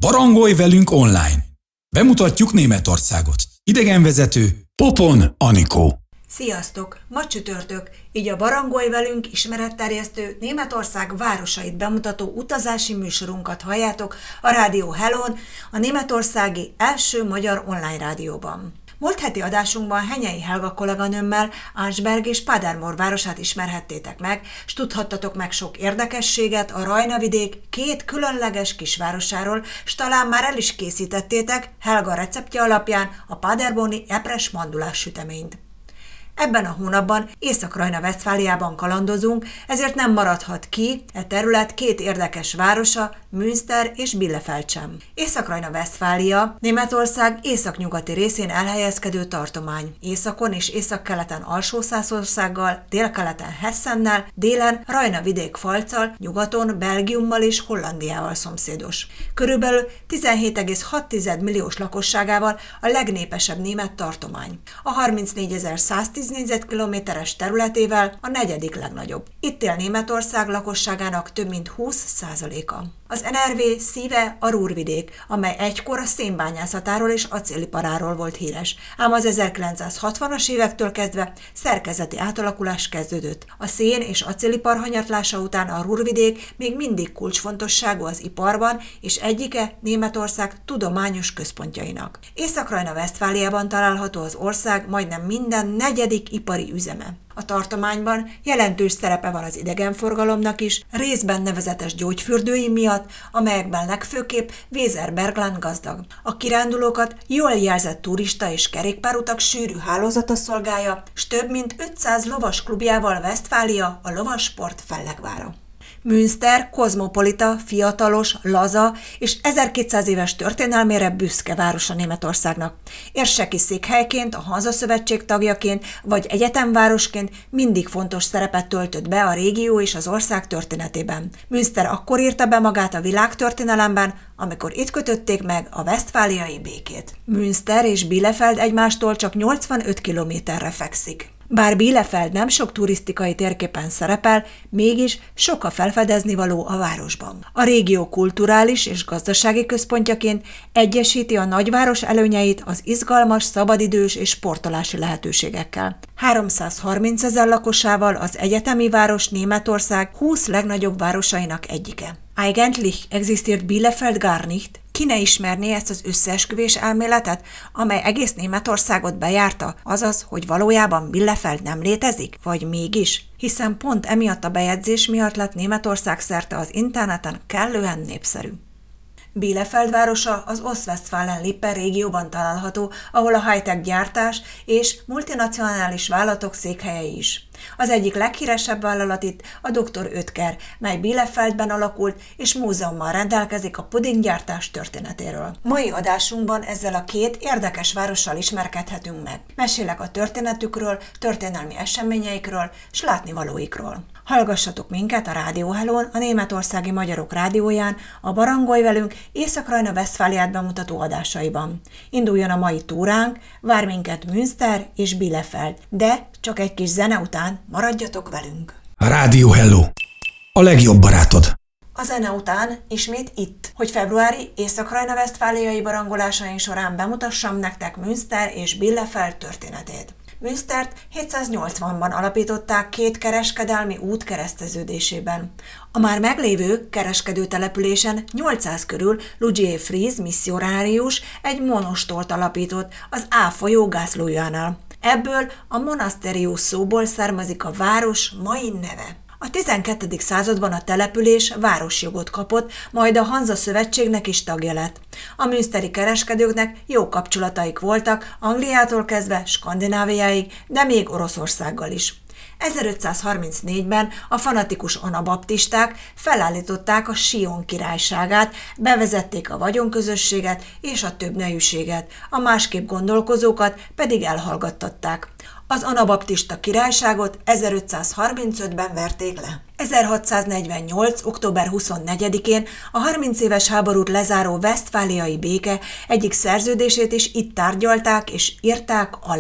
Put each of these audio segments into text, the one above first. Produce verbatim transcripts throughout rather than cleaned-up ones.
Barangolj velünk online! Bemutatjuk Németországot. Idegenvezető Popon Anikó. Sziasztok! Ma csütörtök, így a Barangolj velünk ismeretterjesztő Németország városait bemutató utazási műsorunkat halljátok a Rádió Hellón, a németországi első magyar online rádióban. Múlt heti adásunkban Henyei Helga kolléganőmmel Ansberg és Paderborn városát ismerhettétek meg, s tudhattatok meg sok érdekességet a Rajna-vidék két különleges kisvárosáról, s talán már el is készítettétek Helga receptje alapján a paderborni epres mandulás süteményt. Ebben a hónapban Észak-Rajna-Vesztfáliában kalandozunk, ezért nem maradhat ki e terület két érdekes városa, Münster és Bielefeld sem. Észak-Rajna-Vesztfália Németország északnyugati részén elhelyezkedő tartomány. Északon és északkeleten Alsó-Szászországgal, délkeleten Hessennel, délen Rajna-vidék falccal, nyugaton Belgiummal és Hollandiával szomszédos. Körülbelül tizenhét egész hat milliós lakosságával a legnépesebb német tartomány. A harmincnégyezer-száztíz négyzetkilométeres területével a negyedik legnagyobb. Itt él Németország lakosságának több mint húsz százaléka. Az en er vé szíve a Ruhrvidék, amely egykor a szénbányászatáról és acéliparáról volt híres, ám az ezerkilencszázhatvanas évektől kezdve szerkezeti átalakulás kezdődött. A szén és acélipar hanyatlása után a Ruhrvidék még mindig kulcsfontosságú az iparban, és egyike Németország tudományos központjainak. Észak-Rajna-Vesztfáliában található az ország majdnem minden negyedik ipari üzeme. A tartományban jelentős szerepe van az idegenforgalomnak is, részben nevezetes gyógyfürdői miatt, amelyekben legfőképp Weserbergland gazdag. A kirándulókat jól jelzett turista és kerékpárutak sűrű hálózata szolgálja, s több mint ötszáz lovas klubjával Vesztfália a lovassport fellegvára. Münster kozmopolita, fiatalos, laza és ezerkétszáz éves történelmére büszke városa Németországnak. Érseki székhelyként, a Hanza Szövetség tagjaként vagy egyetemvárosként mindig fontos szerepet töltött be a régió és az ország történetében. Münster akkor írta be magát a világtörténelemben, amikor itt kötötték meg a vesztfáliai békét. Münster és Bielefeld egymástól csak nyolcvanöt kilométerre fekszik. Bár Bielefeld nem sok turisztikai térképen szerepel, mégis sok a felfedeznivaló a városban. A régió kulturális és gazdasági központjaként egyesíti a nagyváros előnyeit az izgalmas, szabadidős és sportolási lehetőségekkel. háromszázharmincezer lakosával az egyetemi város Németország húsz legnagyobb városainak egyike. Eigentlich existiert Bielefeld gar nicht. Ki ne ismerné ezt az összeesküvés elméletet, amely egész Németországot bejárta, azaz, hogy valójában Bielefeld nem létezik? Vagy mégis? Hiszen pont emiatt a bejegyzés miatt lett Németország szerte az interneten kellően népszerű. Bielefeld városa az Ostwestfalen-Lippe régióban található, ahol a high-tech gyártás és multinacionális vállalatok székhelyei is. Az egyik leghíresebb vállalat itt a doktor Oetker, mely Bielefeldben alakult és múzeummal rendelkezik a pudinggyártás történetéről. Mai adásunkban ezzel a két érdekes várossal ismerkedhetünk meg. Mesélek a történetükről, történelmi eseményeikről s látnivalóikról. Hallgassatok minket a Rádió Hellón, a németországi magyarok rádióján, a Barangolj velünk Észak-Rajna-Vesztfáliát bemutató adásaiban. Induljon a mai túránk, vár minket Münster és Bielefeld, de csak egy kis zene után maradjatok velünk. A Rádió Helló, a legjobb barátod. A zene után ismét itt, hogy februári Észak-Rajna-Vesztfáliai barangolásaink során bemutassam nektek Münster és Bielefeld történetét. Münstert hétszáznyolcvanban alapították két kereskedelmi út kereszteződésében. A már meglévő kereskedőtelepülésen nyolcszáz körül Luigi Fries misszionárius egy monostort alapított az Á folyó gászlójánál. Ebből a monasterius szóból származik a város mai neve. A tizenkettedik században a település városjogot kapott, majd a Hanza Szövetségnek is tagja lett. A münsteri kereskedőknek jó kapcsolataik voltak Angliától kezdve Skandináviáig, de még Oroszországgal is. ezerötszázharmincnégyben a fanatikus anabaptisták felállították a Sion királyságát, bevezették a vagyonközösséget és a többnejűséget, a másképp gondolkozókat pedig elhallgattatták. Az anabaptista királyságot ezerötszázharmincötben verték le. ezerhatszáznegyvennyolc. október huszonnegyedikén a harminc éves háborút lezáró vesztfáliai béke egyik szerződését is itt tárgyalták és írták alá.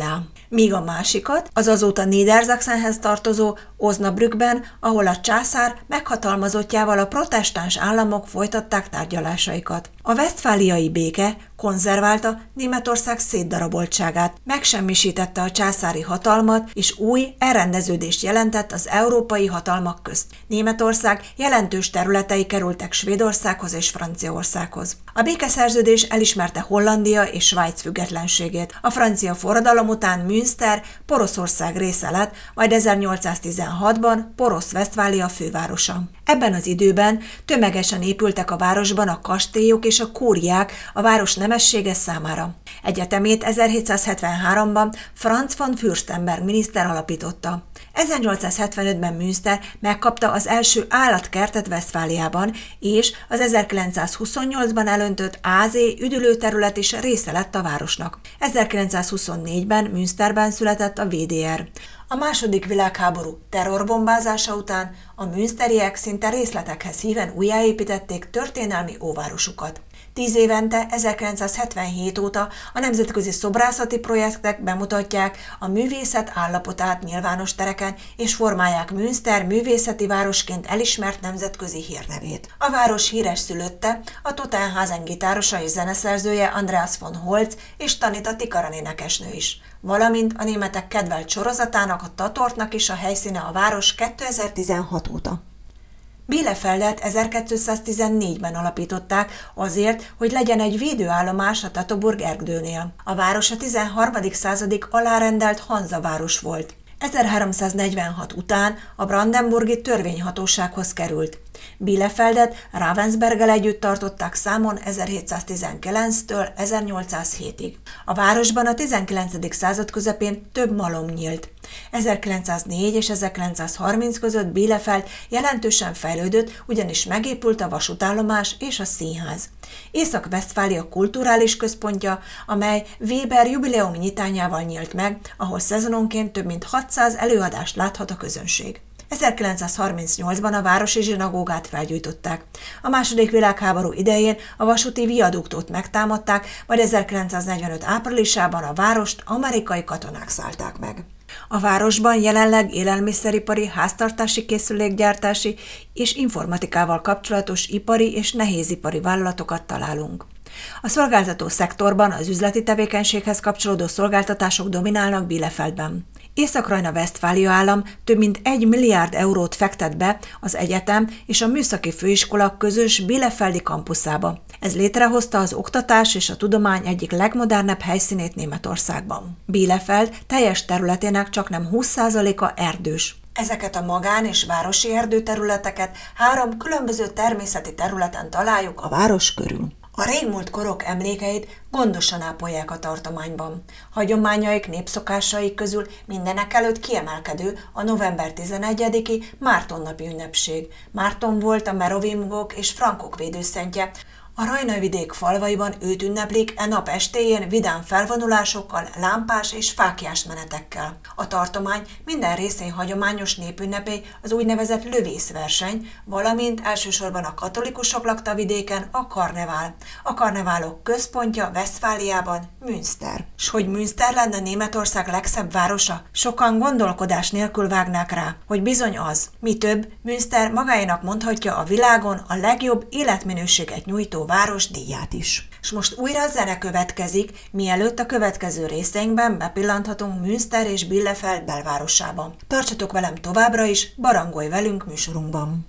míg a másikat az azóta Niedersachsenhez tartozó Osnabrückben, ahol a császár meghatalmazottjával a protestáns államok folytatták tárgyalásaikat. A vesztfáliai béke konzerválta Németország szétdaraboltságát, megsemmisítette a császári hatalmat, és új elrendeződést jelentett az európai hatalmak közt. Németország jelentős területei kerültek Svédországhoz és Franciaországhoz. A békeszerződés elismerte Hollandia és Svájc függetlenségét. A francia forradalom után Münster Poroszország része lett, majd ezernyolcszáztizenhatban Porosz-Vesztfália fővárosa. Ebben az időben tömegesen épültek a városban a kastélyok és a kúriák a város nemessége számára. Egyetemét ezerhétszázhetvenháromban Franz von Fürstenberg miniszter alapította. ezernyolcszázhetvenötben Münster megkapta az első állatkertet Vesztfáliában, és az ezerkilencszázhuszonnyolcban elöntött ázé üdülőterület is része lett a városnak. ezerkilencszázhuszonnégyben Münsterben született a vé dé er. A második világháború terrorbombázása után a münsteriek szinte részletekhez híven újjáépítették történelmi óvárosukat. Tíz évente ezerkilencszázhetvenhét óta a nemzetközi szobrászati projektek bemutatják a művészet állapotát nyilvános tereken, és formálják Münster művészeti városként elismert nemzetközi hírnevét. A város híres szülötte, a Tottenhausen gitárosa és zeneszerzője Andreas von Holz és Tanita Tikaram énekesnő is, valamint a németek kedvelt sorozatának, a Tatortnak is a helyszíne a város kétezer-tizenhat óta. Bielefeldet ezerkétszáztizennégyben alapították azért, hogy legyen egy védőállomás a Teutoburg erdőnél. A város a tizenharmadik századig alárendelt Hanzaváros volt. ezerháromszáznegyvenhat után a brandenburgi törvényhatósághoz került. Bielefeldet Ravensberggel együtt tartották számon ezerhétszáztizenkilenctől ezernyolcszázhétig. A városban a tizenkilencedik század közepén több malom nyílt. ezerkilencszáznégy és ezerkilencszázharminc között Bielefeld jelentősen fejlődött, ugyanis megépült a vasútállomás és a színház. Észak-Vesztfália kulturális központja, amely Weber jubileumi nyitányával nyílt meg, ahol szezononként több mint hatszáz előadást láthat a közönség. ezerkilencszázharmincnyolcban a városi zsinagógát felgyújtották. A második világháború idején a vasúti viaduktot megtámadták, majd ezerkilencszáznegyvenöt áprilisában a várost amerikai katonák szállták meg. A városban jelenleg élelmiszeripari, háztartási készülékgyártási és informatikával kapcsolatos ipari és nehézipari vállalatokat találunk. A szolgáltató szektorban az üzleti tevékenységhez kapcsolódó szolgáltatások dominálnak Bielefeldben. Észak-Rajna-Vesztfália állam több mint egy milliárd eurót fektet be az egyetem és a műszaki főiskola közös bielefeldi kampuszába. Ez létrehozta az oktatás és a tudomány egyik legmodernebb helyszínét Németországban. Bielefeld teljes területének csaknem húsz százaléka erdős. Ezeket a magán- és városi erdőterületeket három különböző természeti területen találjuk a város körül. A régmúlt korok emlékeit gondosan ápolják a tartományban. Hagyományaik, népszokásaik közül mindenekelőtt kiemelkedő a november tizenegyediki Mártonnapi ünnepség. Márton volt a merovingok és frankok védőszentje. A Rajna-vidék falvaiban őt ünneplik e nap estéjén vidám felvonulásokkal, lámpás és fáklyás menetekkel. A tartomány minden részén hagyományos népünnepé az úgynevezett lövészverseny, valamint elsősorban a katolikusok lakta vidéken a karnevál. A karneválok központja Vesztfáliában Münster. S hogy Münster lenne Németország legszebb városa? Sokan gondolkodás nélkül vágnák rá, hogy bizony az. Mi több, Münster magáénak mondhatja a világon a legjobb életminőséget nyújtó város díját is. És most újra a zene következik, mielőtt a következő részeinkben bepillanthatunk Münster és Bielefeld belvárosába. Tartsatok velem továbbra is, barangolj velünk műsorunkban!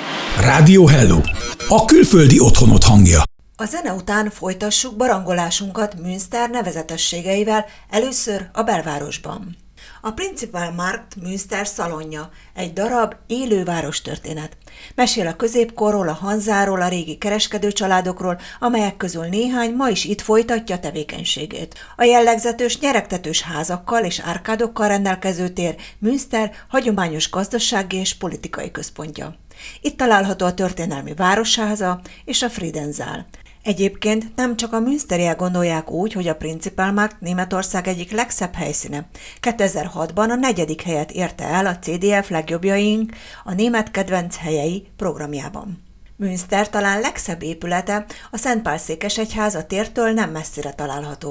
Rádió Hello! A külföldi otthonod hangja. A zene után folytassuk barangolásunkat Münster nevezetességeivel, először a belvárosban. A Prinzipalmarkt Münster szalonja, egy darab élő várostörténet. Mesél a középkorról, a Hanzáról, a régi kereskedőcsaládokról, amelyek közül néhány ma is itt folytatja tevékenységét. A jellegzetes nyeregtetős házakkal és árkádokkal rendelkező tér Münster hagyományos gazdasági és politikai központja. Itt található a történelmi városháza és a Friedenssaal. Egyébként nem csak a münsteriek gondolják úgy, hogy a Prinzipalmarkt Németország egyik legszebb helyszíne. kétezer-hatban a negyedik helyet érte el a cé dé ef legjobbjaink a német kedvenc helyei programjában. Münster talán legszebb épülete, a Szentpál székesegyház a tértől nem messzire található.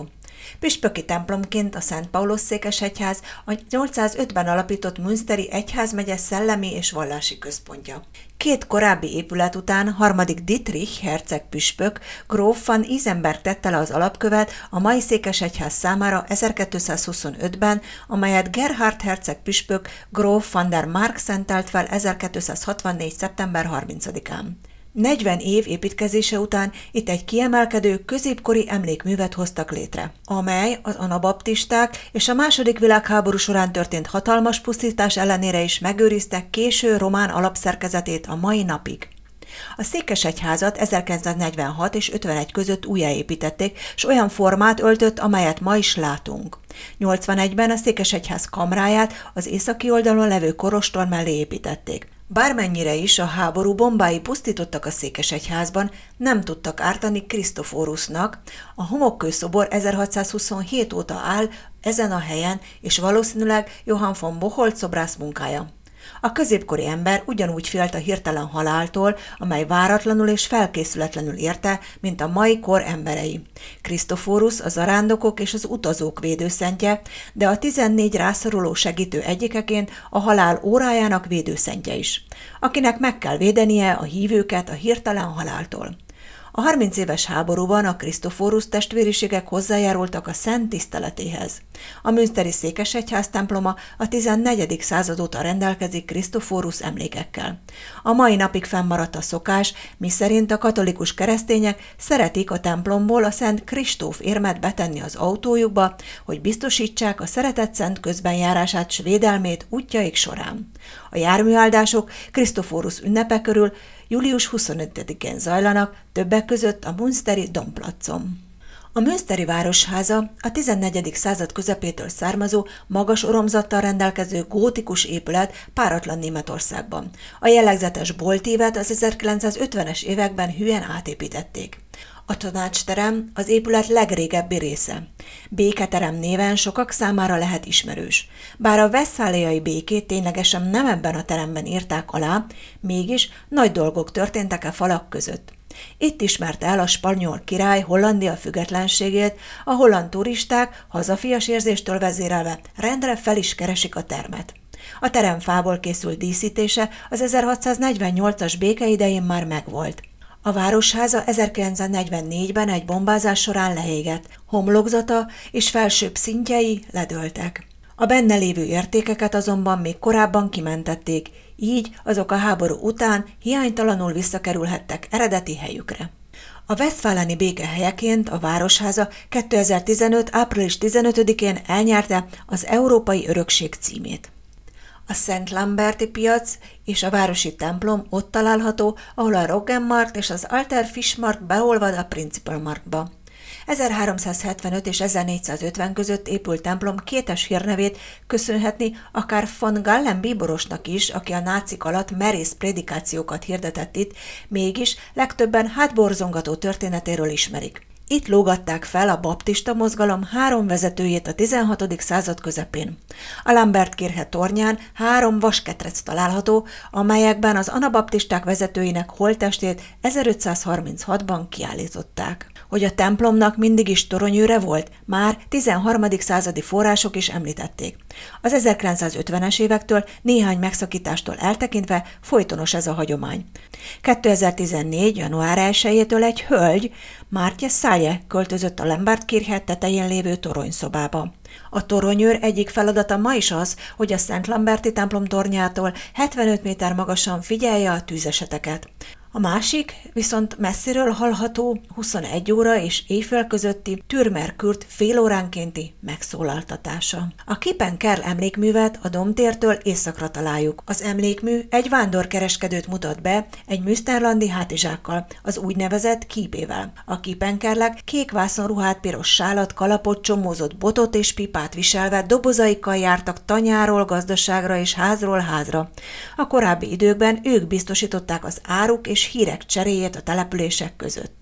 Püspöki templomként a Szent Paulos székesegyház a nyolcszázötben alapított münsteri egyházmegye szellemi és vallási központja. Két korábbi épület után harmadik Dietrich herceg püspök, gróf van Isenberg tette le az alapkövet a mai székesegyház számára ezerkétszázhuszonötben, amelyet Gerhard herceg püspök, gróf van der Mark szentelt fel ezerkétszázhatvannégy. szeptember harmincadikán. negyven év építkezése után itt egy kiemelkedő középkori emlékművet hoztak létre, amely az anabaptisták és a második világháború során történt hatalmas pusztítás ellenére is megőrizte késő román alapszerkezetét a mai napig. A székesegyházat ezerkilencszáznegyvenhat és ötvenegy között újjáépítették, s olyan formát öltött, amelyet ma is látunk. nyolcvanegyben a székesegyház kamráját az északi oldalon levő korostor mellé építették. Bármennyire is a háború bombái pusztítottak a székesegyházban, nem tudtak ártani Krisztoforusnak. A homokkőszobor ezerhatszázhuszonhét óta áll ezen a helyen, és valószínűleg Johann von Bocholt szobrász munkája. A középkori ember ugyanúgy félt a hirtelen haláltól, amely váratlanul és felkészületlenül érte, mint a mai kor emberei. Krisztoforus a zarándokok és az utazók védőszentje, de a tizennégy rászoruló segítő egyikeként a halál órájának védőszentje is, akinek meg kell védenie a hívőket a hirtelen haláltól. A harminc éves háborúban a Krisztoforus testvériségek hozzájárultak a szent tiszteletéhez. A münsteri székesegyház temploma a tizennegyedik század óta rendelkezik Krisztoforus emlékekkel. A mai napig fennmaradt a szokás, miszerint a katolikus keresztények szeretik a templomból a Szent Kristóf érmet betenni az autójukba, hogy biztosítsák a szeretett szent közbenjárását s védelmét útjaik során. A járműáldások Krisztoforus ünnepe körül július huszonötödikén zajlanak, többek között a münsteri Domplacon. A münsteri városháza a tizennegyedik század közepétől származó, magas oromzattal rendelkező gótikus épület páratlan Németországban. A jellegzetes boltívet az ezerkilencszázötvenes években hülyen átépítették. A tanácsterem az épület legrégebbi része. Béketerem néven sokak számára lehet ismerős. Bár a vesztfáliai békét ténylegesen nem ebben a teremben írták alá, mégis nagy dolgok történtek a falak között. Itt ismerte el a spanyol király Hollandia függetlenségét, a holland turisták hazafias érzéstől vezérelve rendre fel is keresik a termet. A terem fából készült díszítése az ezerhatszáznegyvennyolcas béke idején már megvolt. A városháza ezerkilencszáznegyvennégyben egy bombázás során leégett, homlokzata és felsőbb szintjei ledőltek. A benne lévő értékeket azonban még korábban kimentették, így azok a háború után hiánytalanul visszakerülhettek eredeti helyükre. A westfáleni béke helyeként a városháza kétezer-tizenöt. április tizenötödikén elnyerte az Európai Örökség címét. A Szent Lamberti piac és a városi templom ott található, ahol a Roggenmarkt és az Alter Fischmarkt beolvad a Principal Marktba. ezerháromszázhetvenöt és ezernégyszázötven között épült templom kétes hírnevét köszönhetni akár von Gallen bíborosnak is, aki a nácik alatt merész prédikációkat hirdetett itt, mégis legtöbben hátborzongató történetéről ismerik. Itt lógatták fel a baptista mozgalom három vezetőjét a tizenhatodik század közepén. A Lambertkirche tornyán három vasketrec található, amelyekben az anabaptisták vezetőinek holttestét ezerötszázharminchatban kiállították. Hogy a templomnak mindig is toronyőre volt, már tizenharmadik századi források is említették. Az ezerkilencszázötvenes évektől néhány megszakítástól eltekintve folytonos ez a hagyomány. kétezer-tizennégy. január elsejétől egy hölgy, Mártje Száje költözött a Lambertkirche tetején lévő toronyszobába. A toronyőr egyik feladata ma is az, hogy a Szent Lamberti templom tornyától hetvenöt méter magasan figyelje a tűzeseteket. A másik viszont messziről hallható huszonegy óra és éjfél közötti Türmerkürt félóránkénti megszólaltatása. A Kiepenkerl emlékművet a Domtértől északra találjuk. Az emlékmű egy vándorkereskedőt mutat be egy münsterlandi hátizsákkal, az úgynevezett kípével. A Kiepenkerlek kék vászonruhát, piros sálat, kalapot, csomózott botot és pipát viselve dobozaikkal jártak tanyáról gazdaságra és házról házra. A korábbi időkben ők biztosították az áruk és hírek cseréjét a települések között.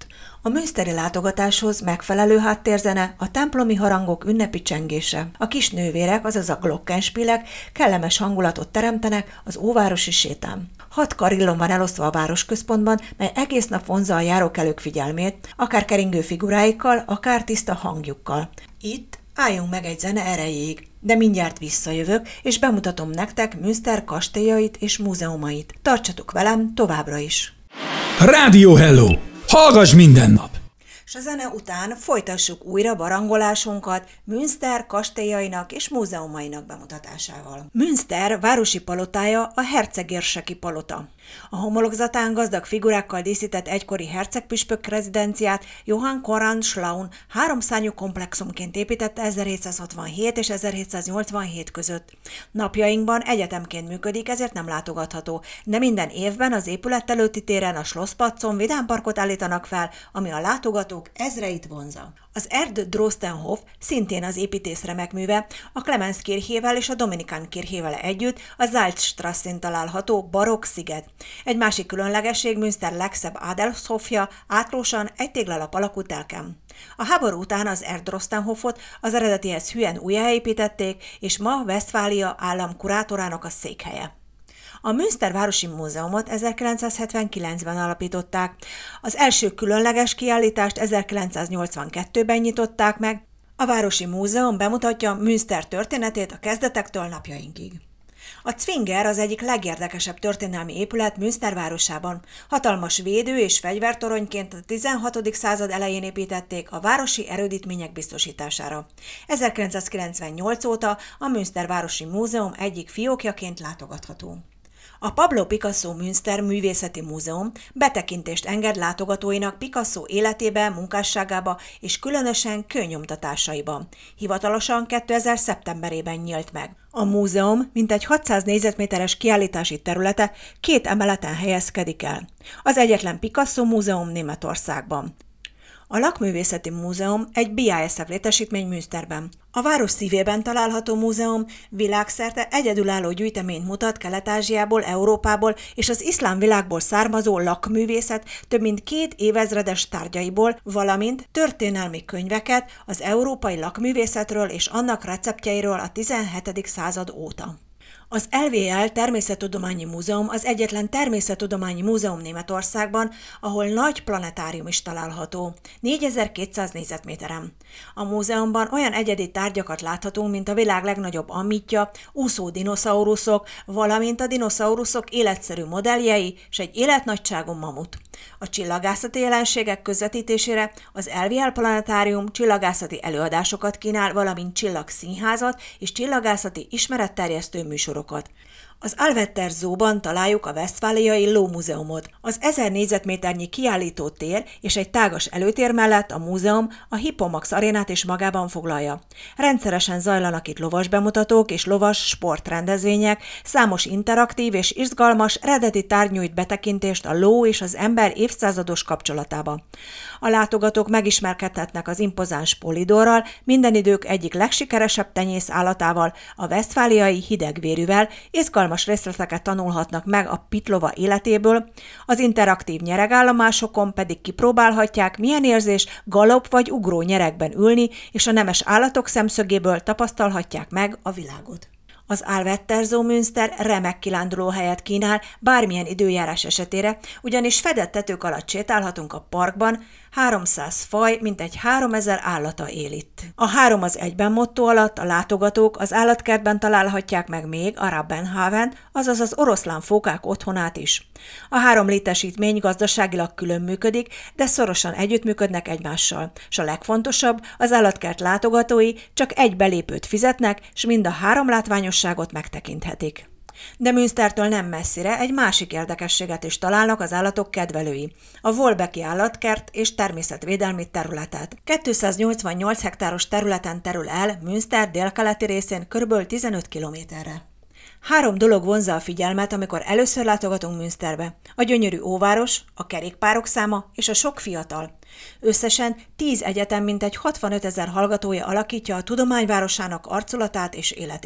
A münsteri látogatáshoz megfelelő háttérzene a templomi harangok ünnepi csengése. A kis nővérek, azaz a glockenspielek kellemes hangulatot teremtenek az óvárosi sétán. Hat karillon van elosztva a városközpontban, mely egész nap vonzza a járókelők figyelmét, akár keringő figuráikkal, akár tiszta hangjukkal. Itt álljunk meg egy zene erejéig, de mindjárt visszajövök, és bemutatom nektek Münster kastélyait és múzeumait. Tartsatok velem továbbra is! Rádió Hello! Hallgass minden nap! És a zene után folytassuk újra barangolásunkat Münster kastélyainak és múzeumainak bemutatásával. Münster városi palotája a hercegérseki palota. A homlokzatán gazdag figurákkal díszített egykori hercegpüspök rezidenciát Johann Conrad Schlaun háromszárnyú komplexumként építette ezerhétszázhatvanhét és ezerhétszáznyolcvanhét között. Napjainkban egyetemként működik, ezért nem látogatható, de minden évben az épület előtti téren a Schlossplatzon vidámparkot állítanak fel, ami a látogatók ezreit vonza. Az Erd Drostenhof szintén az építész remekműve, a Clemenskirchével és a Dominikánkirchével együtt a Salzstrasszén található barokk sziget. Egy másik különlegesség Münster legszebb Adelshofja, átrósan egy téglalap alakú telkem. A háború után az Erd Drostenhofot az eredetihez hülyen újjáépítették, és ma Westfália állam kurátorának a székhelye. A Münster Városi Múzeumot ezerkilencszázhetvenkilencben alapították. Az első különleges kiállítást ezerkilencszáznyolcvankettőben nyitották meg. A Városi Múzeum bemutatja Münster történetét a kezdetektől napjainkig. A Zwinger az egyik legérdekesebb történelmi épület Münster városában. Hatalmas védő- és fegyvertoronyként a tizenhatodik század elején építették a városi erődítmények biztosítására. ezerkilencszázkilencvennyolc óta a Münster Városi Múzeum egyik fiókjaként látogatható. A Pablo Picasso Münster Művészeti Múzeum betekintést enged látogatóinak Picasso életébe, munkásságába és különösen kőnyomtatásaiba. Hivatalosan kétezer szeptemberében nyílt meg. A múzeum mintegy hatszáz négyzetméteres kiállítási területe két emeleten helyezkedik el. Az egyetlen Picasso múzeum Németországban. A Lakművészeti Múzeum egy bé á es ef létesítmény Münsterben. A város szívében található múzeum világszerte egyedülálló gyűjteményt mutat Kelet-Ázsiából, Európából és az iszlám világból származó lakművészet több mint két évezredes tárgyaiból, valamint történelmi könyveket az európai lakművészetről és annak receptjeiről a tizenhetedik század óta. Az el vé el Természettudományi Múzeum az egyetlen természettudományi múzeum Németországban, ahol nagy planetárium is található, négyezer-kétszáz négyzetméteren. A múzeumban olyan egyedi tárgyakat láthatunk, mint a világ legnagyobb ammítja, úszó dinoszauruszok, valamint a dinoszauruszok életszerű modelljei és egy életnagyságú mamut. A csillagászati jelenségek közvetítésére az el vé el Planetárium csillagászati előadásokat kínál, valamint csillagszínházat és csillagászati ismeretterjesztő műsorokat. Az Allwetter Zoo-ban találjuk a Westfáliai Lómúzeumot. Az ezer négyzetméternyi kiállító tér és egy tágas előtér mellett a múzeum a Hippomax arénát is magában foglalja. Rendszeresen zajlanak itt lovas bemutatók és lovas sportrendezvények, számos interaktív és izgalmas eredeti tárgy nyújt betekintést a ló és az ember évszázados kapcsolatába. A látogatók megismerkedhetnek az impozáns Polidorral, minden idők egyik legsikeresebb tenyész állatával, a westfáliai hidegvérűvel, izgalmas részleteket tanulhatnak meg a pitlova életéből, az interaktív nyeregállomásokon pedig kipróbálhatják, milyen érzés galop vagy ugró nyeregben ülni, és a nemes állatok szemszögéből tapasztalhatják meg a világot. Az Allwetter Zoo Münster remek kiránduló helyet kínál bármilyen időjárás esetére, ugyanis fedett tetők alatt sétálhatunk a parkban, háromszáz faj, mintegy háromezer állata él itt. A három az egyben motto alatt a látogatók az állatkertben találhatják meg még a Rabenhaven, azaz az oroszlán fókák otthonát is. A három létesítmény gazdaságilag külön működik, de szorosan együttműködnek egymással, és a legfontosabb, az állatkert látogatói csak egy belépőt fizetnek, és mind a három látványosságot megtekinthetik. De Münstertől nem messzire egy másik érdekességet is találnak az állatok kedvelői, a Wolbecki állatkert és természetvédelmi területet. kétszáznyolcvannyolc hektáros területen terül el Münster délkeleti részén kb. tizenöt kilométerre. Három dolog vonzza a figyelmet, amikor először látogatunk Münsterbe. A gyönyörű óváros, a kerékpárok száma és a sok fiatal. Összesen tíz egyetem mintegy hatvanötezer hallgatója alakítja a tudományvárosának arculatát és életét.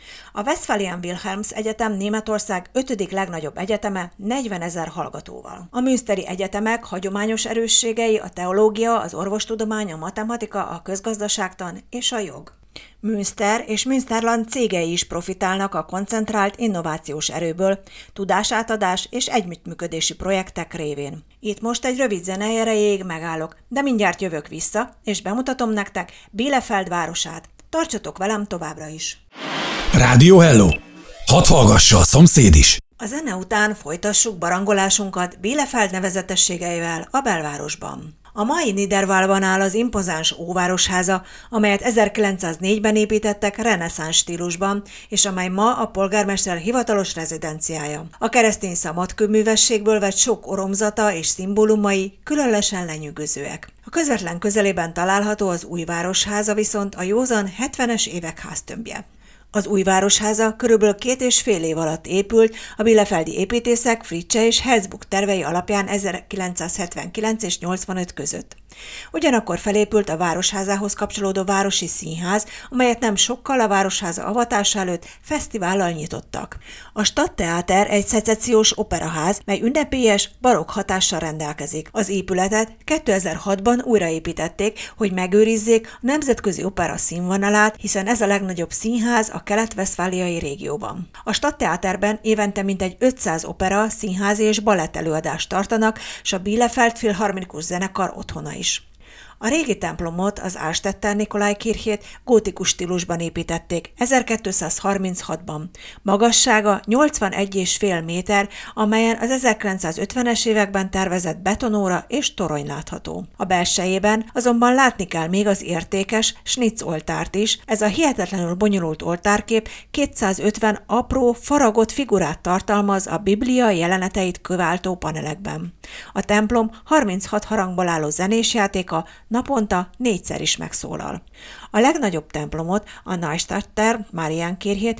A Westphalian Wilhelms Egyetem Németország ötödik legnagyobb egyeteme negyvenezer hallgatóval. A münsteri egyetemek hagyományos erősségei a teológia, az orvostudomány, a matematika, a közgazdaságtan és a jog. Münster és Münsterland cégei is profitálnak a koncentrált innovációs erőből, tudásátadás és együttműködési projektek révén. Itt most egy rövid zene erejéig megállok, de mindjárt jövök vissza, és bemutatom nektek Bielefeld városát. Tartsatok velem továbbra is! Rádió Hello! Hadd hallgassa a szomszéd is! A zene után folytassuk barangolásunkat Bielefeld nevezetességeivel a belvárosban. A mai Niederwallban áll az impozáns óvárosháza, amelyet ezerkilencszáznégyben építettek reneszánsz stílusban, és amely ma a polgármester hivatalos rezidenciája. A keresztény szabadkőművességből vett sok oromzata és szimbólumai különösen lenyűgözőek. A közvetlen közelében található az új városháza, viszont a józan hetvenes évek háztömbje. Az új városháza körülbelül két és fél év alatt épült, a bielefeldi építészek Fritzsche és Herzburg tervei alapján ezerkilencszázhetvenkilenc és nyolcvanöt között. Ugyanakkor felépült a városházához kapcsolódó városi színház, amelyet nem sokkal a városháza avatása előtt fesztivállal nyitottak. A Stadttheater egy szecessziós operaház, mely ünnepélyes, barokk hatással rendelkezik. Az épületet kétezer-hatban újraépítették, hogy megőrizzék a nemzetközi opera színvonalát, hiszen ez a legnagyobb színház a kelet-vesztfáliai régióban. A Stadttheaterben évente mintegy ötszáz opera, színházi és balett előadást tartanak, s a Bielefeld Filharmonikus Zenekar otthona is. A régi templomot, az Alstetter Nikolai kirchét gótikus stílusban építették ezerkétszázharminchatban. Magassága nyolcvanegy egész öt méter, amelyen az ezerkilencszázötvenes években tervezett betonóra és torony látható. A belsejében azonban látni kell még az értékes Schnitz oltárt is. Ez a hihetetlenül bonyolult oltárkép kétszázötven apró, faragott figurát tartalmaz a Biblia jeleneteit köváltó panelekben. A templom harminchat harangból álló zenésjátéka naponta négyszer is megszólal. A legnagyobb templomot, a Neustatter Mariankirchét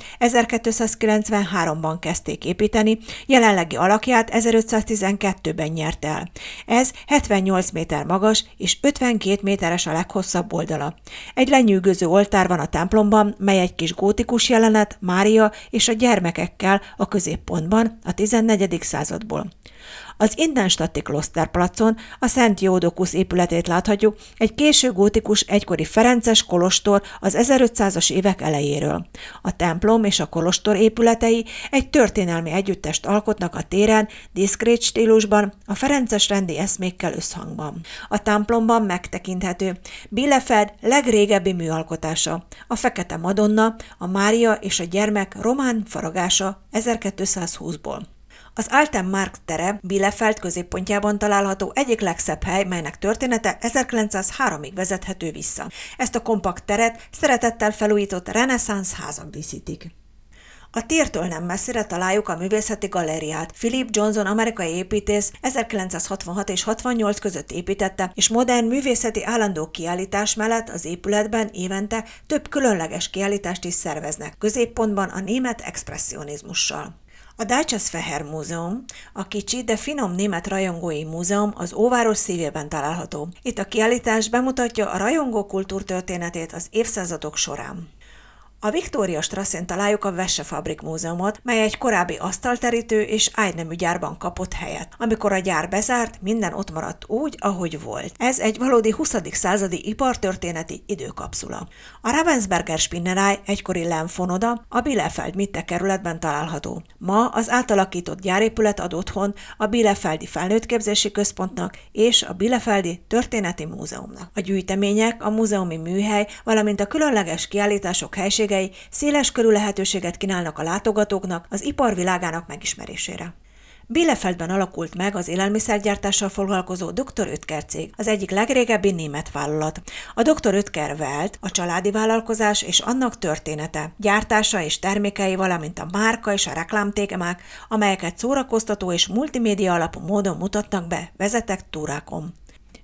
ezerkétszázkilencvenháromban kezdték építeni, jelenlegi alakját ezerötszáztizenkettőben nyert el. Ez hetvennyolc méter magas és ötvenkét méteres a leghosszabb oldala. Egy lenyűgöző oltár van a templomban, mely egy kis gótikus jelenet Mária és a gyermekekkel a középpontban a tizennegyedik századból. Az Innenstadti Klosterplacon a Szent Jódokusz épületét láthatjuk, egy késő gótikus egykori ferences kolostor az ezerötszázas évek elejéről. A templom és a kolostor épületei egy történelmi együttest alkotnak a téren, diszkrét stílusban, a ferences rendi eszmékkel összhangban. A templomban megtekinthető Bielefeld legrégebbi műalkotása, a Fekete Madonna, a Mária és a gyermek román faragása ezerkétszázhúszból. Az Alten Markt tere Bielefeld középpontjában található egyik legszebb hely, melynek története ezerkilencszázháromig vezethető vissza. Ezt a kompakt teret szeretettel felújított reneszánsz házak díszítik. A tértől nem messzire találjuk a művészeti galériát. Philip Johnson amerikai építész ezerkilencszázhatvanhat és hatvannyolc között építette, és modern művészeti állandó kiállítás mellett az épületben évente több különleges kiállítást is szerveznek, középpontban a német expresszionizmussal. A Deutsches Fächermuseum, a kicsi, de finom német rajongói múzeum az óváros szívében található. Itt a kiállítás bemutatja a rajongó kultúrtörténetét az évszázadok során. A Viktória Strasszén találjuk a Wäschefabrik Múzeumot, mely egy korábbi asztalterítő és ágynemű gyárban kapott helyet. Amikor a gyár bezárt, minden ott maradt úgy, ahogy volt. Ez egy valódi huszadik századi ipartörténeti időkapszula. A Ravensberger Spinnerei egykori Lemfonoda a Bielefeld Mitte kerületben található. Ma az átalakított gyárépület ad otthon a Bielefeldi Felnőttképzési Központnak és a Bielefeldi Történeti Múzeumnak. A gyűjtemények, a múzeumi műhely, valamint a különleges kiállítások helységei széles körű lehetőséget kínálnak a látogatóknak az ipar világának megismerésére. Bielefeldben alakult meg az élelmiszergyártással foglalkozó doktor Oetker cég, az egyik legrégebbi német vállalat. A doktor Oetker Welt a családi vállalkozás és annak története, gyártása és termékei, valamint a márka és a reklámtémák, amelyeket szórakoztató és multimédia alapú módon mutatnak be vezetett túrákon.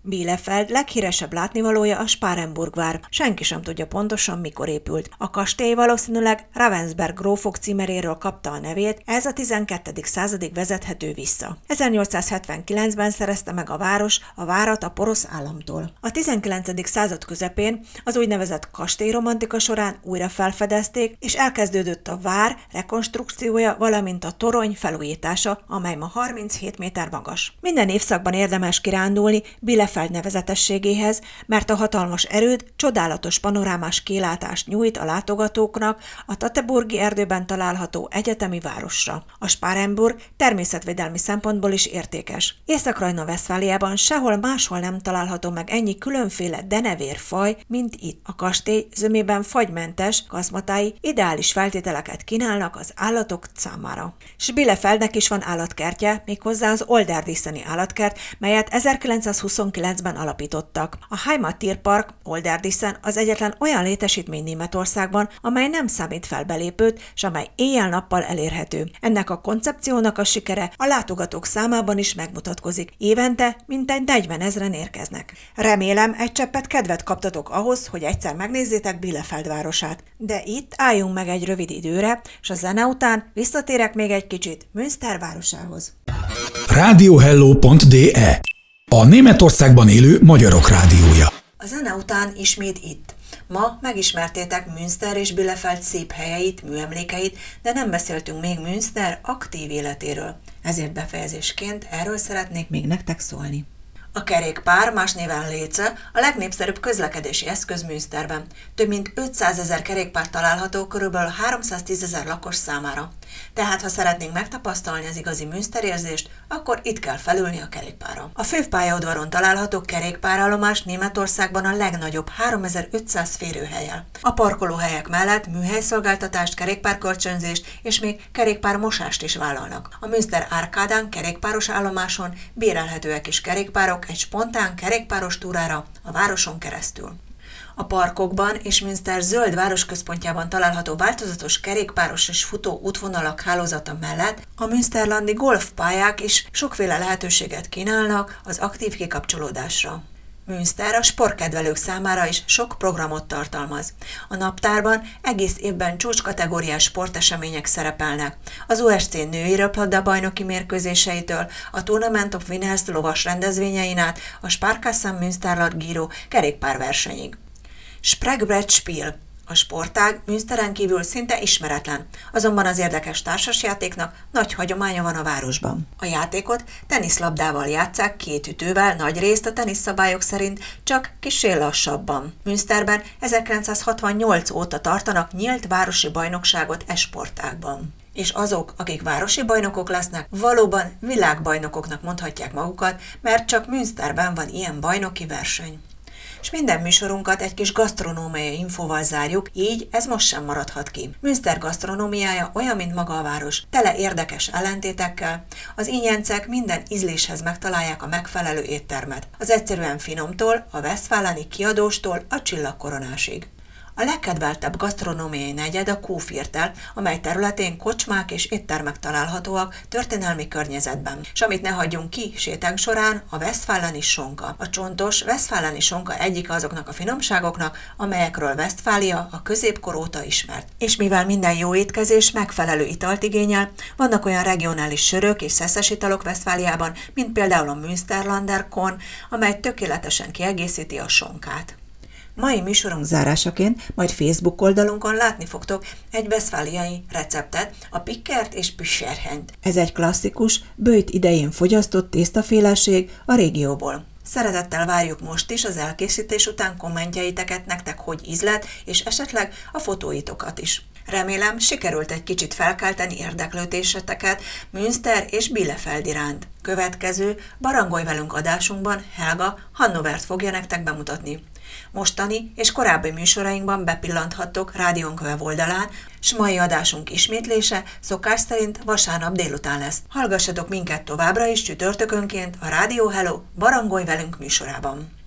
Bielefeld leghíresebb látnivalója a Sparrenburg vár. Senki sem tudja pontosan, mikor épült. A kastély valószínűleg Ravensberg grófok címeréről kapta a nevét, ez a tizenkettedik századig vezethető vissza. ezernyolcszázhetvenkilencben szerezte meg a város a várat a porosz államtól. A tizenkilencedik század közepén az úgynevezett kastélyromantika során újra felfedezték, és elkezdődött a vár rekonstrukciója, valamint a torony felújítása, amely ma harminchét méter magas. Minden évszakban érdemes kirándulni Bielefeld nevezetességéhez, mert a hatalmas erőd csodálatos panorámás kilátást nyújt a látogatóknak a Tateburgi erdőben található egyetemi városra. A Sparrenburg természetvédelmi szempontból is értékes. Észak-Rajna-Vesztfáliában sehol máshol nem található meg ennyi különféle denevérfaj, mint itt. A kastély zömében fagymentes gazmatái ideális feltételeket kínálnak az állatok számára. S Bielefeldnek is van állatkertje, méghozzá az Olderdisseni állatkert, melyet ezerkilencszázhuszonkilencben alapítottak. A Heimattierpark Olderdissen az egyetlen olyan létesítmény Németországban, amely nem számít fel belépőt, s amely éjjel-nappal elérhető. Ennek a koncepciónak a sikere a látogatók számában is megmutatkozik. Évente mintegy negyvenezren érkeznek. Remélem, egy cseppet kedvet kaptatok ahhoz, hogy egyszer megnézzétek Bielefeld városát. De itt álljunk meg egy rövid időre, és a zene után visszatérek még egy kicsit Münster városához. radiohello pont de a Németországban élő magyarok rádiója. A zene után ismét itt. Ma megismertétek Münster és Bielefeld szép helyeit, műemlékeit, de nem beszéltünk még Münster aktív életéről. Ezért befejezésként erről szeretnék még nektek szólni. A kerékpár, más néven Léce, a legnépszerűbb közlekedési eszköz Münsterben. Több mint ötszázezer kerékpár található körülbelül háromszáztízezer lakos számára. Tehát, ha szeretnénk megtapasztalni az igazi Münster érzést, akkor itt kell felülni a kerékpárra. A főpályaudvaron található kerékpárállomás Németországban a legnagyobb háromezer-ötszáz férőhellyel. A parkolóhelyek mellett műhelyszolgáltatást, kerékpárkölcsönzést és még kerékpármosást is vállalnak. A Münster Árkádán kerékpáros állomáson bérelhetőek is kerékpárok egy spontán kerékpáros túrára a városon keresztül. A parkokban és Münster zöld városközpontjában található változatos kerékpáros és futó útvonalak hálózata mellett a münsterlandi golfpályák is sokféle lehetőséget kínálnak az aktív kikapcsolódásra. Münster a sportkedvelők számára is sok programot tartalmaz. A naptárban egész évben csúcskategóriás sportesemények szerepelnek. Az o es cé női röplabda bajnoki mérkőzéseitől, a Tournament of Winners lovas rendezvényein át, a Sparkassen Münsterland Giro kerékpárversenyig. Spregbrettspiel. A sportág Münsteren kívül szinte ismeretlen, azonban az érdekes társasjátéknak nagy hagyománya van a városban. A játékot teniszlabdával játsszák két ütővel, nagyrészt a teniszszabályok szerint, csak kissé lassabban. Münsterben ezerkilencszázhatvannyolc óta tartanak nyílt városi bajnokságot e sportágban. És azok, akik városi bajnokok lesznek, valóban világbajnokoknak mondhatják magukat, mert csak Münsterben van ilyen bajnoki verseny. És minden műsorunkat egy kis gasztronómiai infóval zárjuk, így ez most sem maradhat ki. Münster gasztronómiája olyan, mint maga a város, tele érdekes ellentétekkel. Az ingyencek minden ízléshez megtalálják a megfelelő éttermet. Az egyszerűen finomtól, a westfáleni kiadóstól a csillagkoronásig. A legkedveltebb gasztronómiai negyed a Kóviertel, amely területén kocsmák és éttermek találhatóak történelmi környezetben. És amit ne hagyjunk ki sétánk során, a westfáleni sonka. A csontos westfáleni sonka egyik azoknak a finomságoknak, amelyekről Westfália a középkor óta ismert. És mivel minden jó étkezés megfelelő italt igényel, vannak olyan regionális sörök és szeszes italok Westfáliában, mint például a Münsterlander Korn, amely tökéletesen kiegészíti a sonkát. Mai műsorunk zárásaként majd Facebook oldalunkon látni fogtok egy westfáliai receptet, a Pickert és Büscherhenyt. Ez egy klasszikus, böjt idején fogyasztott tésztaféleség a régióból. Szeretettel várjuk most is az elkészítés után kommentjeiteket nektek, hogy ízlet, és esetleg a fotóitokat is. Remélem, sikerült egy kicsit felkelteni érdeklődéseteket Münster és Bielefeld iránt. Következő Barangolj velünk adásunkban Helga Hannovert fogja nektek bemutatni. Mostani és korábbi műsorainkban bepillanthattok rádiónk weboldalán, s mai adásunk ismétlése szokás szerint vasárnap délután lesz. Hallgassatok minket továbbra is csütörtökönként a Rádió Hello Barangolj velünk műsorában.